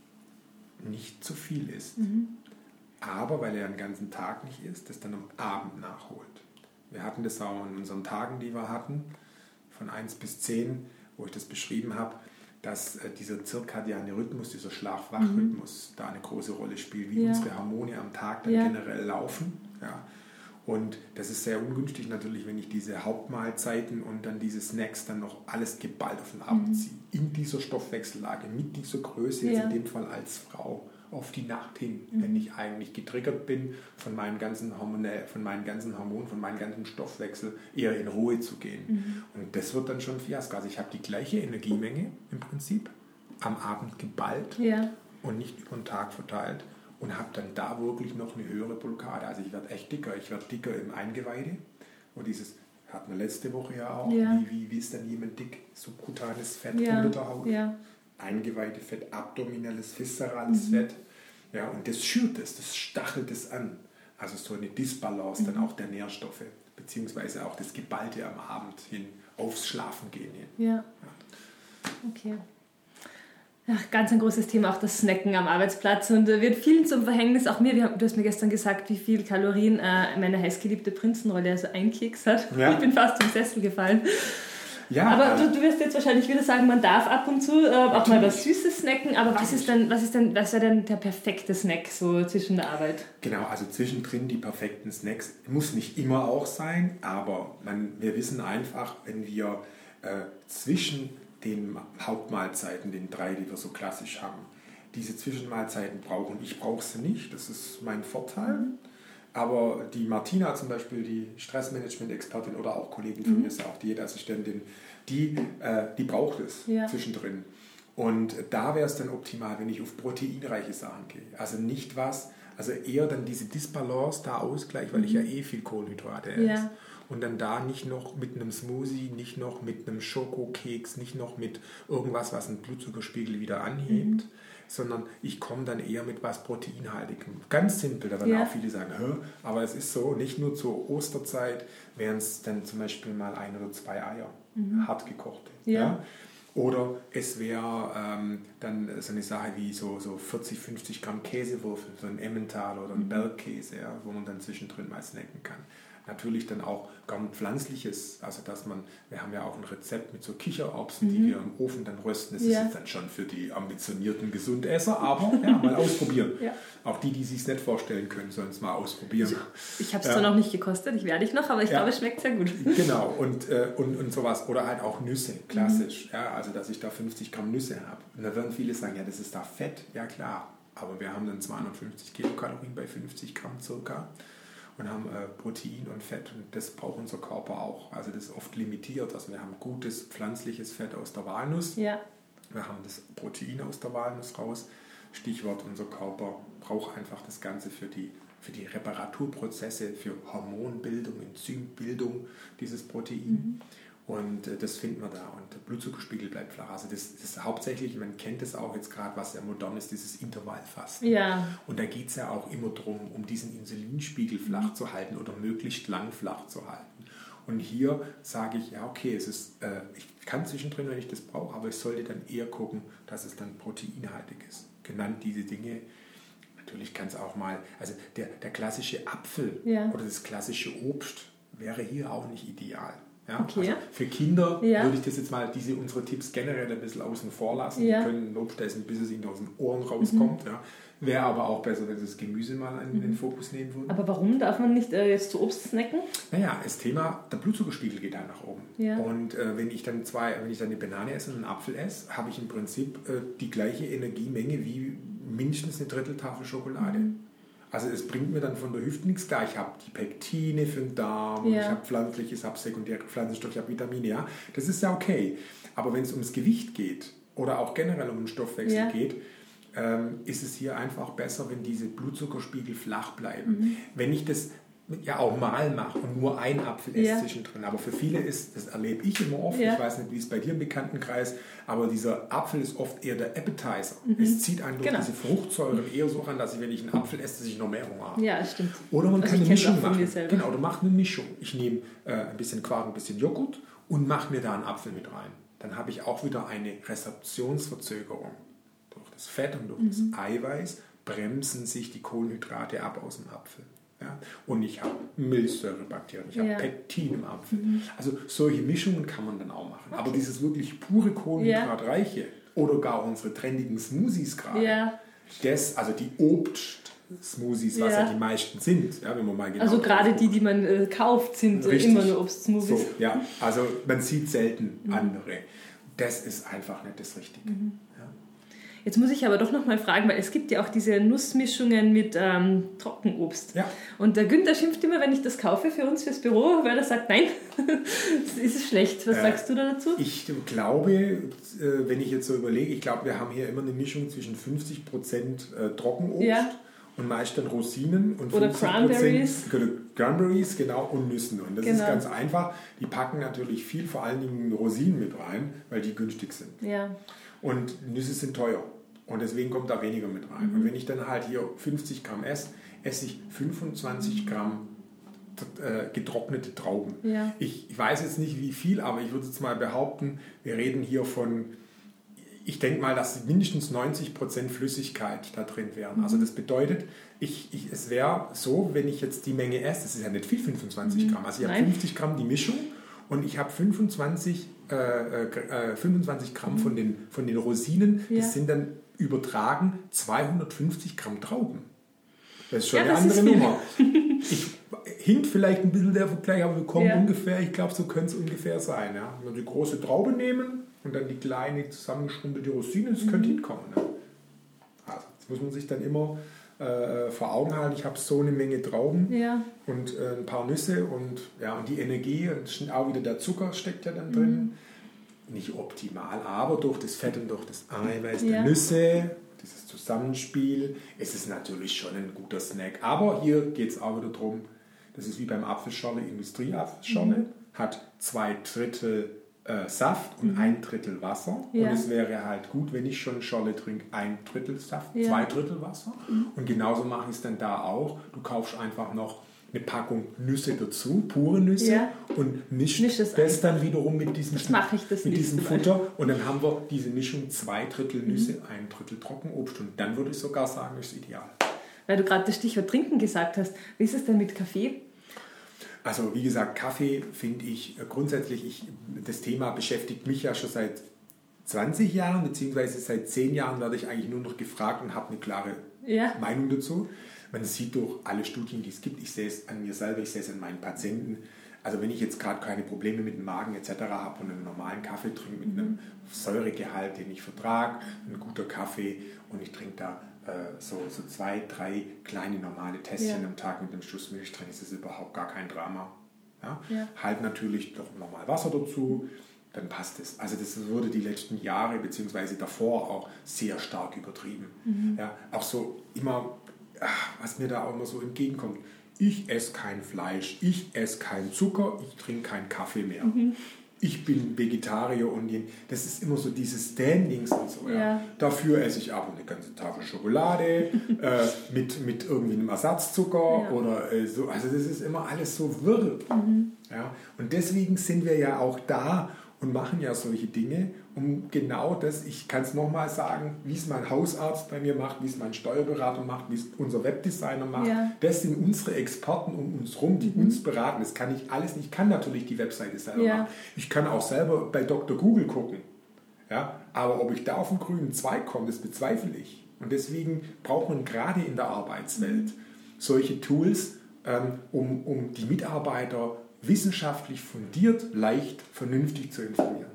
nicht zu viel isst. Aber weil er den ganzen Tag nicht isst, das dann am Abend nachholt. Wir hatten das auch in unseren Tagen, die wir hatten, von 1 bis 10, wo ich das beschrieben habe, dass dieser zirkadiane Rhythmus, dieser Schlaf-Wach-Rhythmus da eine große Rolle spielt, wie unsere Hormone am Tag dann generell laufen. Ja. Und das ist sehr ungünstig natürlich, wenn ich diese Hauptmahlzeiten und dann diese Snacks dann noch alles geballt auf den Abend ziehe. In dieser Stoffwechsellage, mit dieser Größe, jetzt in dem Fall als Frau, auf die Nacht hin, wenn ich eigentlich getriggert bin von meinen ganzen Hormonen, von meinem ganzen Stoffwechsel, eher in Ruhe zu gehen. Und das wird dann schon ein Fiasko. Also ich habe die gleiche Energiemenge im Prinzip am Abend geballt und nicht über den Tag verteilt. Und habe dann da wirklich noch eine höhere Blockade. Also ich werde echt dicker. Ich werde dicker im Eingeweide. Und dieses hatten wir letzte Woche ja auch. Wie ist dann jemand dick? Subkutanes Fett unter der Haut. Eingeweidefett, abdominales, viszerales Fett. Ja, und das schürt es, das stachelt es an. Also so eine Disbalance dann auch der Nährstoffe. Beziehungsweise auch das Geballte am Abend hin, aufs Schlafen gehen hin. Ja. Okay. Ja, ganz ein großes Thema, auch das Snacken am Arbeitsplatz und wird vielen zum Verhängnis, auch mir, du hast mir gestern gesagt, wie viel Kalorien meine heißgeliebte Prinzenrolle, also ein Keks hat. Ich bin fast zum Sessel gefallen. Ja, aber du wirst jetzt wahrscheinlich wieder sagen, man darf ab und zu auch mal was Süßes snacken, aber was wäre denn der perfekte Snack so zwischen der Arbeit? Genau, also zwischendrin die perfekten Snacks, muss nicht immer auch sein, aber wir wissen einfach, wenn wir zwischen den Hauptmahlzeiten, den 3, die wir so klassisch haben, diese Zwischenmahlzeiten brauchen. Ich brauche sie nicht, das ist mein Vorteil. Aber die Martina zum Beispiel, die Stressmanagement-Expertin oder auch Kollegin von mir ist auch Diätassistentin, die braucht es zwischendrin. Und da wäre es dann optimal, wenn ich auf proteinreiche Sachen gehe. Also eher dann diese Disbalance, da Ausgleich, weil ich ja viel Kohlenhydrate esse. Und dann da nicht noch mit einem Smoothie, nicht noch mit einem Schokokeks, nicht noch mit irgendwas, was einen Blutzuckerspiegel wieder anhebt, sondern ich komme dann eher mit was Proteinhaltigem. Ganz simpel, da werden auch viele sagen, aber es ist so, nicht nur zur Osterzeit wären es dann zum Beispiel mal 1 oder 2 Eier, hart gekochte. Ja. Oder es wäre dann so eine Sache wie so 40, 50 Gramm Käsewürfel, so ein Emmentaler oder ein Bergkäse, wo man dann zwischendrin mal snacken kann. Natürlich dann auch gern Pflanzliches, also wir haben ja auch ein Rezept mit so Kichererbsen, die wir im Ofen dann rösten. Das ist jetzt dann schon für die ambitionierten Gesundesser, aber mal ausprobieren. Auch die es sich nicht vorstellen können, sollen es mal ausprobieren. Ich habe es zwar noch nicht gekostet, ich werde noch, aber ich glaube, es schmeckt sehr gut. Genau, und sowas. Oder halt auch Nüsse, klassisch. Also dass ich da 50 Gramm Nüsse habe. Und da werden viele sagen, das ist da Fett. Ja klar, aber wir haben dann 250 Kilokalorien bei 50 Gramm circa. Und haben Protein und Fett und das braucht unser Körper auch. Also das ist oft limitiert. Also wir haben gutes pflanzliches Fett aus der Walnuss. Wir haben das Protein aus der Walnuss raus. Stichwort, unser Körper braucht einfach das Ganze für die Reparaturprozesse, für Hormonbildung, Enzymbildung, dieses Protein. Und das finden wir da. Und der Blutzuckerspiegel bleibt flach. Also das ist hauptsächlich, man kennt es auch jetzt gerade, was ja modern ist, dieses Intervallfasten. Und da geht es ja auch immer darum, um diesen Insulinspiegel flach zu halten oder möglichst lang flach zu halten. Und hier sage ich, ich kann zwischendrin, wenn ich das brauche, aber ich sollte dann eher gucken, dass es dann proteinhaltig ist. Genannt diese Dinge. Natürlich kann es auch mal, also der klassische Apfel oder das klassische Obst wäre hier auch nicht ideal. Ja, okay. Also für Kinder würde ich das jetzt mal, unsere Tipps generell ein bisschen außen vor lassen. Die können Obst essen, bis es ihnen aus den Ohren rauskommt. Ja. Wäre aber auch besser, wenn sie das Gemüse mal in den Fokus nehmen würden. Aber warum darf man nicht jetzt zu Obst snacken? Naja, das Thema, der Blutzuckerspiegel geht da nach oben. Und wenn ich dann eine Banane esse und einen Apfel esse, habe ich im Prinzip die gleiche Energiemenge wie mindestens eine Dritteltafel Schokolade. Also es bringt mir dann von der Hüfte nichts klar. Ich habe die Pektine für den Darm, ich habe Pflanzliches, ich habe sekundäre Pflanzenstoffe, ich habe Vitamine, das ist ja okay. Aber wenn es ums Gewicht geht oder auch generell um den Stoffwechsel geht, ist es hier einfach besser, wenn diese Blutzuckerspiegel flach bleiben. Wenn ich das auch mal mache und nur ein Apfel esse zwischendrin. Aber für viele das erlebe ich immer oft, ich weiß nicht, wie es bei dir im Bekanntenkreis, aber dieser Apfel ist oft eher der Appetizer. Es zieht einen durch diese Fruchtsäuren eher so an, dass wenn ich einen Apfel esse, dass ich noch mehr Hunger habe. Ja, stimmt. Oder man kann eine Mischung machen. Genau, du machst eine Mischung. Ich nehme ein bisschen Quark, ein bisschen Joghurt und mache mir da einen Apfel mit rein. Dann habe ich auch wieder eine Rezeptionsverzögerung. Durch das Fett und durch das Eiweiß bremsen sich die Kohlenhydrate ab aus dem Apfel. Ja? Und ich habe Milchsäurebakterien, ich habe Pektin im Apfel. Also solche Mischungen kann man dann auch machen. Okay. Aber dieses wirklich pure Kohlenhydratreiche oder gar unsere trendigen Smoothies gerade, also die Obst-Smoothies, was ja die meisten sind, wenn man mal genau also gerade die man kauft, sind immer nur Obst-Smoothies. So, also man sieht selten andere. Das ist einfach nicht das Richtige. Jetzt muss ich aber doch noch mal fragen, weil es gibt ja auch diese Nussmischungen mit Trockenobst. Und der Günther schimpft immer, wenn ich das kaufe für uns, fürs Büro, weil er sagt, nein, das ist schlecht. Was sagst du da dazu? Ich glaube, wenn ich jetzt so überlege, wir haben hier immer eine Mischung zwischen 50% Trockenobst und meist dann Rosinen und 50% Cranberries, genau, und Nüssen. Und das ist ganz einfach. Die packen natürlich viel, vor allen Dingen Rosinen mit rein, weil die günstig sind. Und Nüsse sind teuer und deswegen kommt da weniger mit rein. Und wenn ich dann halt hier 50 Gramm esse ich 25 Gramm getrocknete Trauben. Ich weiß jetzt nicht wie viel, aber ich würde jetzt mal behaupten, wir reden hier von, ich denke mal, dass mindestens 90% Flüssigkeit da drin wären. Also das bedeutet, es wäre so, wenn ich jetzt die Menge esse, das ist ja nicht viel, 25 Gramm. Also ich habe 50 Gramm die Mischung und ich habe 25 Gramm von den Rosinen, das sind dann übertragen 250 Gramm Trauben. Das ist schon eine andere Nummer. Hinkt vielleicht ein bisschen der Vergleich, aber wir kommen ungefähr, ich glaube, so könnte es ungefähr sein. Ja? Wenn wir die große Traube nehmen und dann die kleine zusammengeschrumpelte Rosine, das könnte hinkommen. Ne? Also, das muss man sich dann immer vor Augen halten. Ich habe so eine Menge Trauben und ein paar Nüsse und die Energie, und auch wieder der Zucker steckt ja dann drin. nicht optimal, aber durch das Fett und durch das Eiweiß der Nüsse, dieses Zusammenspiel, ist es natürlich schon ein guter Snack. Aber hier geht es auch wieder darum, das ist wie beim Apfelschorle, Industrieapfelschorle, hat 2/3 Saft und 1/3 Wasser. Und es wäre halt gut, wenn ich schon Schorle trinke, 1/3 Saft, 2/3 Wasser. Und genauso mache ich es dann da auch. Du kaufst einfach noch eine Packung Nüsse dazu, pure Nüsse, und mischst das dann wiederum mit diesem Futter. Und dann haben wir diese Mischung 2/3 Nüsse, 1/3 Trockenobst. Und dann würde ich sogar sagen, ist ideal. Weil du gerade das Stichwort Trinken gesagt hast. Wie ist es denn mit Kaffee? Also wie gesagt, Kaffee finde ich grundsätzlich, das Thema beschäftigt mich ja schon seit 20 Jahren, beziehungsweise seit 10 Jahren werde ich eigentlich nur noch gefragt und habe eine klare Meinung dazu. Man sieht durch alle Studien, die es gibt, ich sehe es an mir selber, ich sehe es an meinen Patienten. Also wenn ich jetzt gerade keine Probleme mit dem Magen etc. habe und einen normalen Kaffee trinke mit einem Säuregehalt, den ich vertrage, ein guter Kaffee, und ich trinke da so 2, 3 kleine normale Tässchen am Tag mit einem Schuss Milch drin, ist es überhaupt gar kein Drama. Ja? Halt natürlich noch normal Wasser dazu, dann passt es. Also das wurde die letzten Jahre beziehungsweise davor auch sehr stark übertrieben. Ja? Auch so immer, was mir da auch immer so entgegenkommt, ich esse kein Fleisch, ich esse keinen Zucker, ich trinke keinen Kaffee mehr. Ich bin Vegetarier und das ist immer so dieses Standings und so. Ja. Dafür esse ich aber eine ganze Tafel Schokolade mit irgendwie einem Ersatzzucker oder so. Also das ist immer alles so wirr. Ja. Und deswegen sind wir ja auch da und machen ja solche Dinge, um genau das, ich kann es nochmal sagen, wie es mein Hausarzt bei mir macht, wie es mein Steuerberater macht, wie es unser Webdesigner macht. Das sind unsere Experten um uns rum, die uns beraten. Das kann ich alles nicht. Ich kann natürlich die Webseite selber machen. Ich kann auch selber bei Dr. Google gucken. Ja? Aber ob ich da auf den grünen Zweig komme, das bezweifle ich. Und deswegen braucht man gerade in der Arbeitswelt solche Tools, um die Mitarbeiter wissenschaftlich fundiert, leicht, vernünftig zu informieren.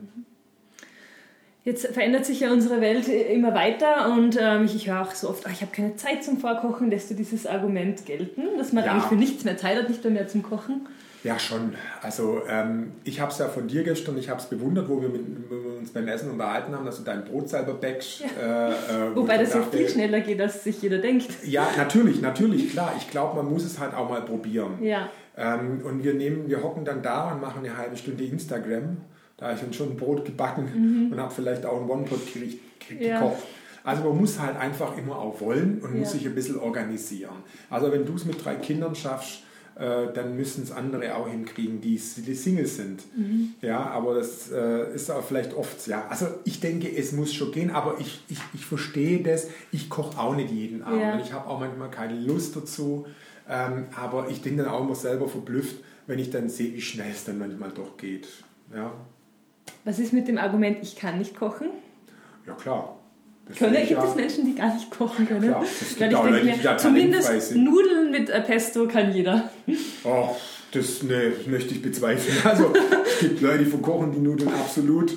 Jetzt verändert sich ja unsere Welt immer weiter und ich höre auch so oft, ich habe keine Zeit zum Vorkochen, lässt du dieses Argument gelten, dass man eigentlich für nichts mehr Zeit hat, nicht mehr zum Kochen? Ja, schon. Also ich habe es ja von dir gestern, ich habe es bewundert, wo wir uns beim Essen unterhalten haben, dass du dein Brot selber backst. Wobei das ja viel schneller geht, als sich jeder denkt. Ja, natürlich, klar. Ich glaube, man muss es halt auch mal probieren. Ja. Und wir hocken dann da und machen eine halbe Stunde Instagram. Da habe ich dann schon ein Brot gebacken und habe vielleicht auch ein One-Pot-Gericht gekocht. Also man muss halt einfach immer auch wollen und muss sich ein bisschen organisieren. Also wenn du es mit 3 Kindern schaffst, dann müssen es andere auch hinkriegen, die Singles sind. Ja, aber das ist auch vielleicht oft, also ich denke, es muss schon gehen, aber ich verstehe das. Ich koche auch nicht jeden Abend und ich habe auch manchmal keine Lust dazu. Aber ich bin dann auch immer selber verblüfft, wenn ich dann sehe, wie schnell es dann manchmal doch geht. Ja. Was ist mit dem Argument, ich kann nicht kochen? Ja, klar. Gibt es Menschen, die gar nicht kochen können? Ja, klar. Weil ich denke mir, zumindest Nudeln mit Pesto kann jeder. Oh, das möchte ich bezweifeln. Also es gibt Leute, die verkochen die Nudeln absolut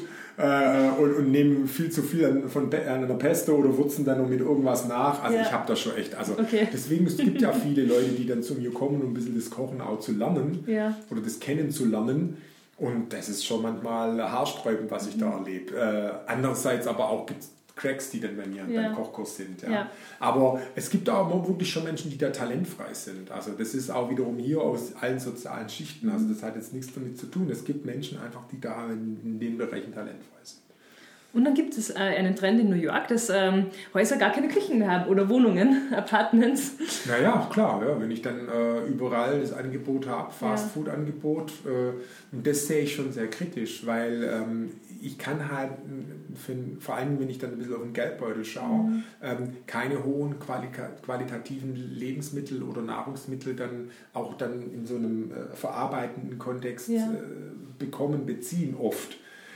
und nehmen viel zu viel von einer Pesto oder würzen dann noch mit irgendwas nach. Also ich habe das schon echt. Also deswegen, es gibt ja viele Leute, die dann zu mir kommen, um ein bisschen das Kochen auch zu lernen oder das Kennenzulernen. Und das ist schon manchmal haarsträubend, was ich da erlebe. Andererseits aber auch gibt es Cracks, die dann bei mir beim Kochkurs sind. Ja. Aber es gibt auch wirklich schon Menschen, die da talentfrei sind. Also das ist auch wiederum hier aus allen sozialen Schichten. Also das hat jetzt nichts damit zu tun. Es gibt Menschen einfach, die da in den Bereichen talentfrei sind. Und dann gibt es einen Trend in New York, dass Häuser gar keine Küchen mehr haben oder Wohnungen, Apartments. Naja, klar, wenn ich dann überall das Angebot habe, Fastfood-Angebot, und das sehe ich schon sehr kritisch, weil ich kann halt, vor allem wenn ich dann ein bisschen auf den Geldbeutel schaue, keine hohen qualitativen Lebensmittel oder Nahrungsmittel dann auch dann in so einem verarbeitenden Kontext beziehen oft.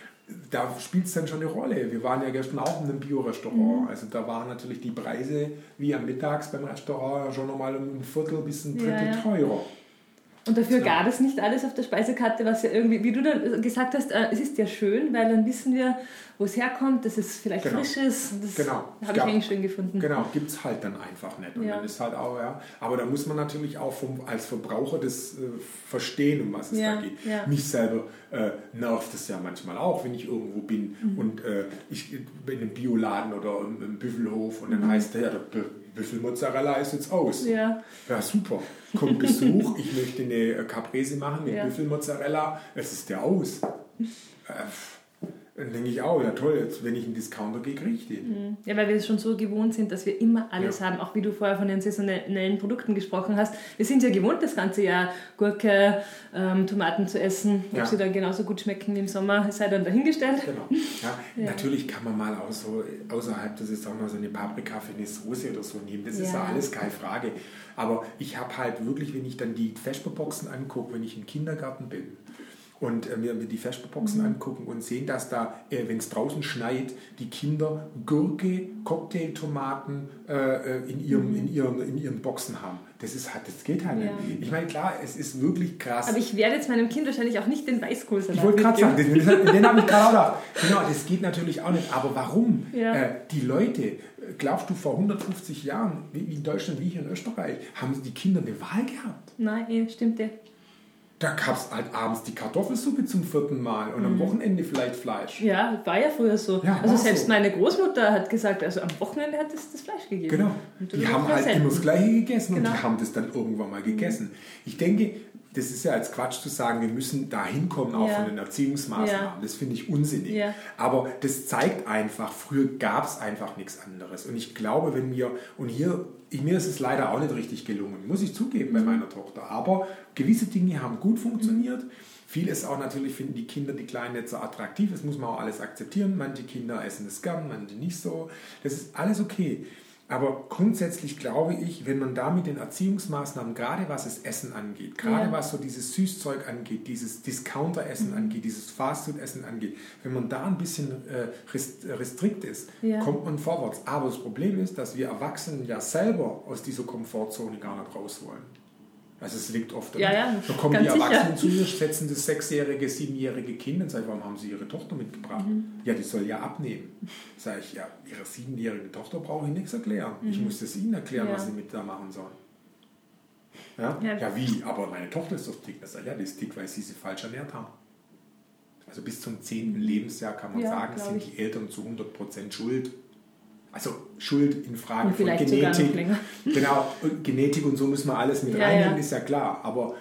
Da spielt es dann schon eine Rolle. Wir waren ja gestern auch in einem Bio-Restaurant. Also da waren natürlich die Preise wie am Mittags beim Restaurant schon nochmal um ein Viertel bis ein Drittel teurer. Und dafür gab es nicht alles auf der Speisekarte, was ja irgendwie, wie du da gesagt hast, es ist ja schön, weil dann wissen wir, wo es herkommt, dass es vielleicht frisch ist. Das habe ich eigentlich schön gefunden. Genau, gibt es halt dann einfach nicht. Und dann ist halt auch, aber da muss man natürlich auch als Verbraucher das verstehen, um was es da geht. Ja. Mich selber nervt es ja manchmal auch, wenn ich irgendwo bin und ich bin in einem Bioladen oder im Büffelhof und dann heißt der Büffelmozzarella ist jetzt aus. Ja, super. Kommt Besuch, ich möchte eine Caprese machen mit Büffelmozzarella, es ist der aus. Dann denke ich auch, ja toll, jetzt, wenn ich in den Discounter gehe, kriege ich den. Ja, weil wir schon so gewohnt sind, dass wir immer alles haben, auch wie du vorher von den saisonellen Produkten gesprochen hast. Wir sind ja gewohnt, das ganze Jahr Gurke, Tomaten zu essen. Ob sie dann genauso gut schmecken wie im Sommer, sei dann dahingestellt. Genau. Ja. Natürlich kann man mal auch so außerhalb der Saison mal so eine Paprika für eine Soße oder so nehmen. Das ist ja alles keine Frage. Aber ich habe halt wirklich, wenn ich dann die Vesperboxen angucke, wenn ich im Kindergarten bin, und wir die Vesperboxen angucken und sehen, dass da, wenn es draußen schneit, die Kinder Gurke, Cocktailtomaten in ihren Boxen haben. Das geht halt nicht. Ich meine, klar, es ist wirklich krass. Aber ich werde jetzt meinem Kind wahrscheinlich auch nicht den Weißkohlsalat. Ich wollte gerade sagen, den habe ich gerade auch gedacht. Genau, das geht natürlich auch nicht. Aber warum? Die Leute, glaubst du, vor 150 Jahren, wie in Deutschland, wie hier in Österreich, haben die Kinder eine Wahl gehabt? Nein, stimmt ja. Da gab es halt abends die Kartoffelsuppe zum 4. Mal und am Wochenende vielleicht Fleisch. Ja, war ja früher so. Ja, also selbst meine Großmutter hat gesagt, also am Wochenende hat es das Fleisch gegeben. Genau. Die haben halt immer das Gleiche gegessen und die haben das dann irgendwann mal gegessen. Ich denke, das ist ja als Quatsch zu sagen, wir müssen da hinkommen, auch von den Erziehungsmaßnahmen. Das finde ich unsinnig. Ja. Aber das zeigt einfach, früher gab es einfach nichts anderes. Und ich glaube, mir ist es leider auch nicht richtig gelungen, muss ich zugeben bei meiner Tochter. Aber gewisse Dinge haben gut funktioniert. Vieles auch natürlich finden die Kinder, die Kleinen, nicht so attraktiv. Das muss man auch alles akzeptieren. Manche Kinder essen es gern, manche nicht so. Das ist alles okay. Aber grundsätzlich glaube ich, wenn man da mit den Erziehungsmaßnahmen, gerade was das Essen angeht, gerade was so dieses Süßzeug angeht, dieses Discounter-Essen angeht, dieses Fastfood-Essen angeht, wenn man da ein bisschen restrikt ist, kommt man vorwärts. Aber das Problem ist, dass wir Erwachsenen ja selber aus dieser Komfortzone gar nicht raus wollen. Also es liegt oft daran. Da kommen die Erwachsenen zu mir, setzen das 6-jährige, 7-jährige Kind und sagen, warum haben sie ihre Tochter mitgebracht? Ja, die soll ja abnehmen. Sage ich, ja, ihre 7-jährige Tochter brauche ich nichts erklären. Ich muss das ihnen erklären, was sie mit da machen sollen. Ja, wie? Aber meine Tochter ist doch dick. Ich sage, ja, die ist dick, weil sie falsch ernährt haben. Also bis zum 10. Lebensjahr kann man sagen, sind die Eltern zu 100% schuld. Also Schuld in Frage von Genetik. Genau, Genetik und so müssen wir alles mit reinnehmen, ist ja klar. Aber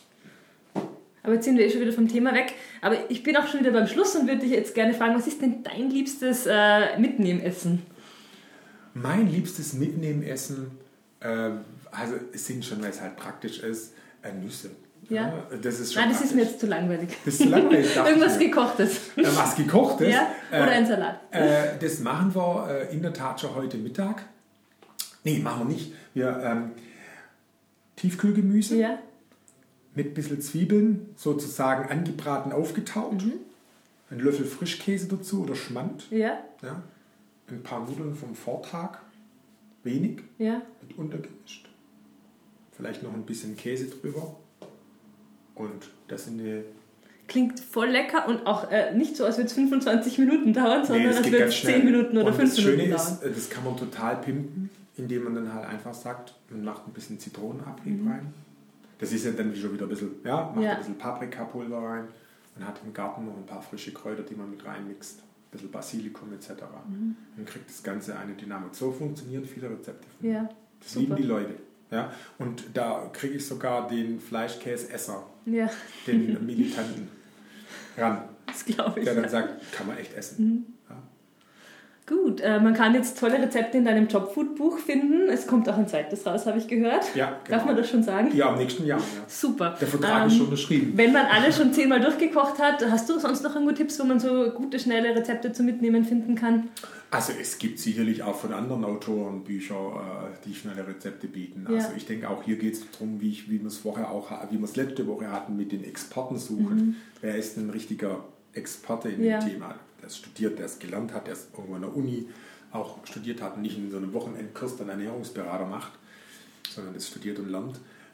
jetzt sind wir schon wieder vom Thema weg. Aber ich bin auch schon wieder beim Schluss und würde dich jetzt gerne fragen, was ist denn dein liebstes Mitnehmessen? Mein liebstes Mitnehmessen, also es sind schon, weil es halt praktisch ist, Nüsse. Ja. Das ist schon Nein, das ist mir jetzt zu langweilig. Das ist zu langweilig. Irgendwas Gekochtes. Was Gekochtes? Ja, oder ein Salat. Das machen wir in der Tat schon heute Mittag. Nee, machen wir nicht. Wir Tiefkühlgemüse mit ein bisschen Zwiebeln, sozusagen angebraten, aufgetaut. Ein Löffel Frischkäse dazu oder Schmand. Ja. Ein paar Nudeln vom Vortag. Wenig. Mit untergemischt. Vielleicht noch ein bisschen Käse drüber. Und das in eine... Klingt voll lecker und auch nicht so, als würde es 25 Minuten dauern, sondern als würde es 10 Minuten oder 5 Minuten dauern. Das Schöne ist, das kann man total pimpen, indem man dann halt einfach sagt, man macht ein bisschen Zitronenabrieb rein. Das ist ja dann schon wieder ein bisschen, macht ein bisschen Paprikapulver rein. Man hat im Garten noch ein paar frische Kräuter, die man mit reinmixt. Ein bisschen Basilikum etc. Dann kriegt das Ganze eine Dynamik. So funktionieren viele Rezepte. Das lieben die Leute. Ja? Und da kriege ich sogar den Fleischkäseesser, den Militanten ran, das glaube ich, der dann sagt, kann man echt essen. Ja. Gut, man kann jetzt tolle Rezepte in deinem Jobfood-Buch finden. Es kommt auch ein zweites raus, habe ich gehört. Ja, genau. Darf man das schon sagen? Ja, im nächsten Jahr. Ja. Super. Der Vertrag ist schon unterschrieben. Wenn man alles schon 10-mal durchgekocht hat, hast du sonst noch irgendwo Tipps, wo man so gute, schnelle Rezepte zum Mitnehmen finden kann? Also es gibt sicherlich auch von anderen Autoren Bücher, die schnelle Rezepte bieten. Also ich denke, auch hier geht es darum, wie wir es letzte Woche hatten, mit den Experten suchen. Wer ist ein richtiger Experte in dem Thema? Der es studiert, der es gelernt hat, der es irgendwo an der Uni auch studiert hat und nicht in so einem Wochenendkurs dann Ernährungsberater macht, sondern das studiert und lernt.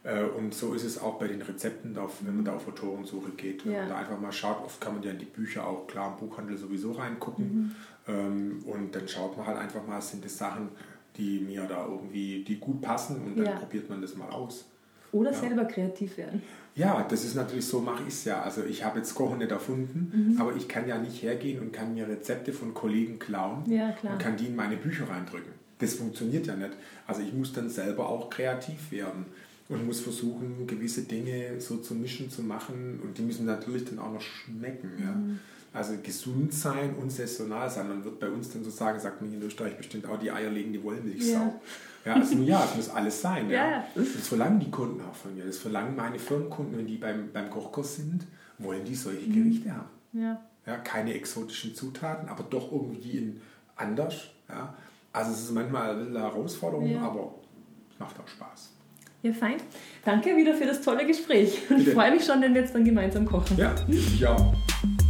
Und so ist es auch bei den Rezepten, wenn man da auf Autorensuche geht. Wenn man da einfach mal schaut, oft kann man ja in die Bücher auch klar im Buchhandel sowieso reingucken. Und dann schaut man halt einfach mal, sind das Sachen, die mir da irgendwie, die gut passen, und dann probiert man das mal aus. Oder selber kreativ werden. Ja, das ist natürlich so, mache ich es ja. Also ich habe jetzt Kochen nicht erfunden, aber ich kann ja nicht hergehen und kann mir Rezepte von Kollegen klauen und kann die in meine Bücher reindrücken. Das funktioniert ja nicht. Also ich muss dann selber auch kreativ werden und muss versuchen, gewisse Dinge so zu mischen, zu machen, und die müssen natürlich dann auch noch schmecken. Ja? Also gesund sein und saisonal sein. Man wird bei uns dann so sagen, sagt man in Österreich bestimmt auch, die eierlegende Wollmilchsau. Ja, also es muss alles sein. Ja. Das verlangen die Kunden auch von mir. Das verlangen meine Firmenkunden, wenn die beim Kochkurs sind, wollen die solche Gerichte haben. Ja, keine exotischen Zutaten, aber doch irgendwie anders. Ja. Also es ist manchmal eine Herausforderung, aber es macht auch Spaß. Ja, fein. Danke wieder für das tolle Gespräch. Und ich freue mich schon, wenn wir jetzt dann gemeinsam kochen. Ja, ich auch.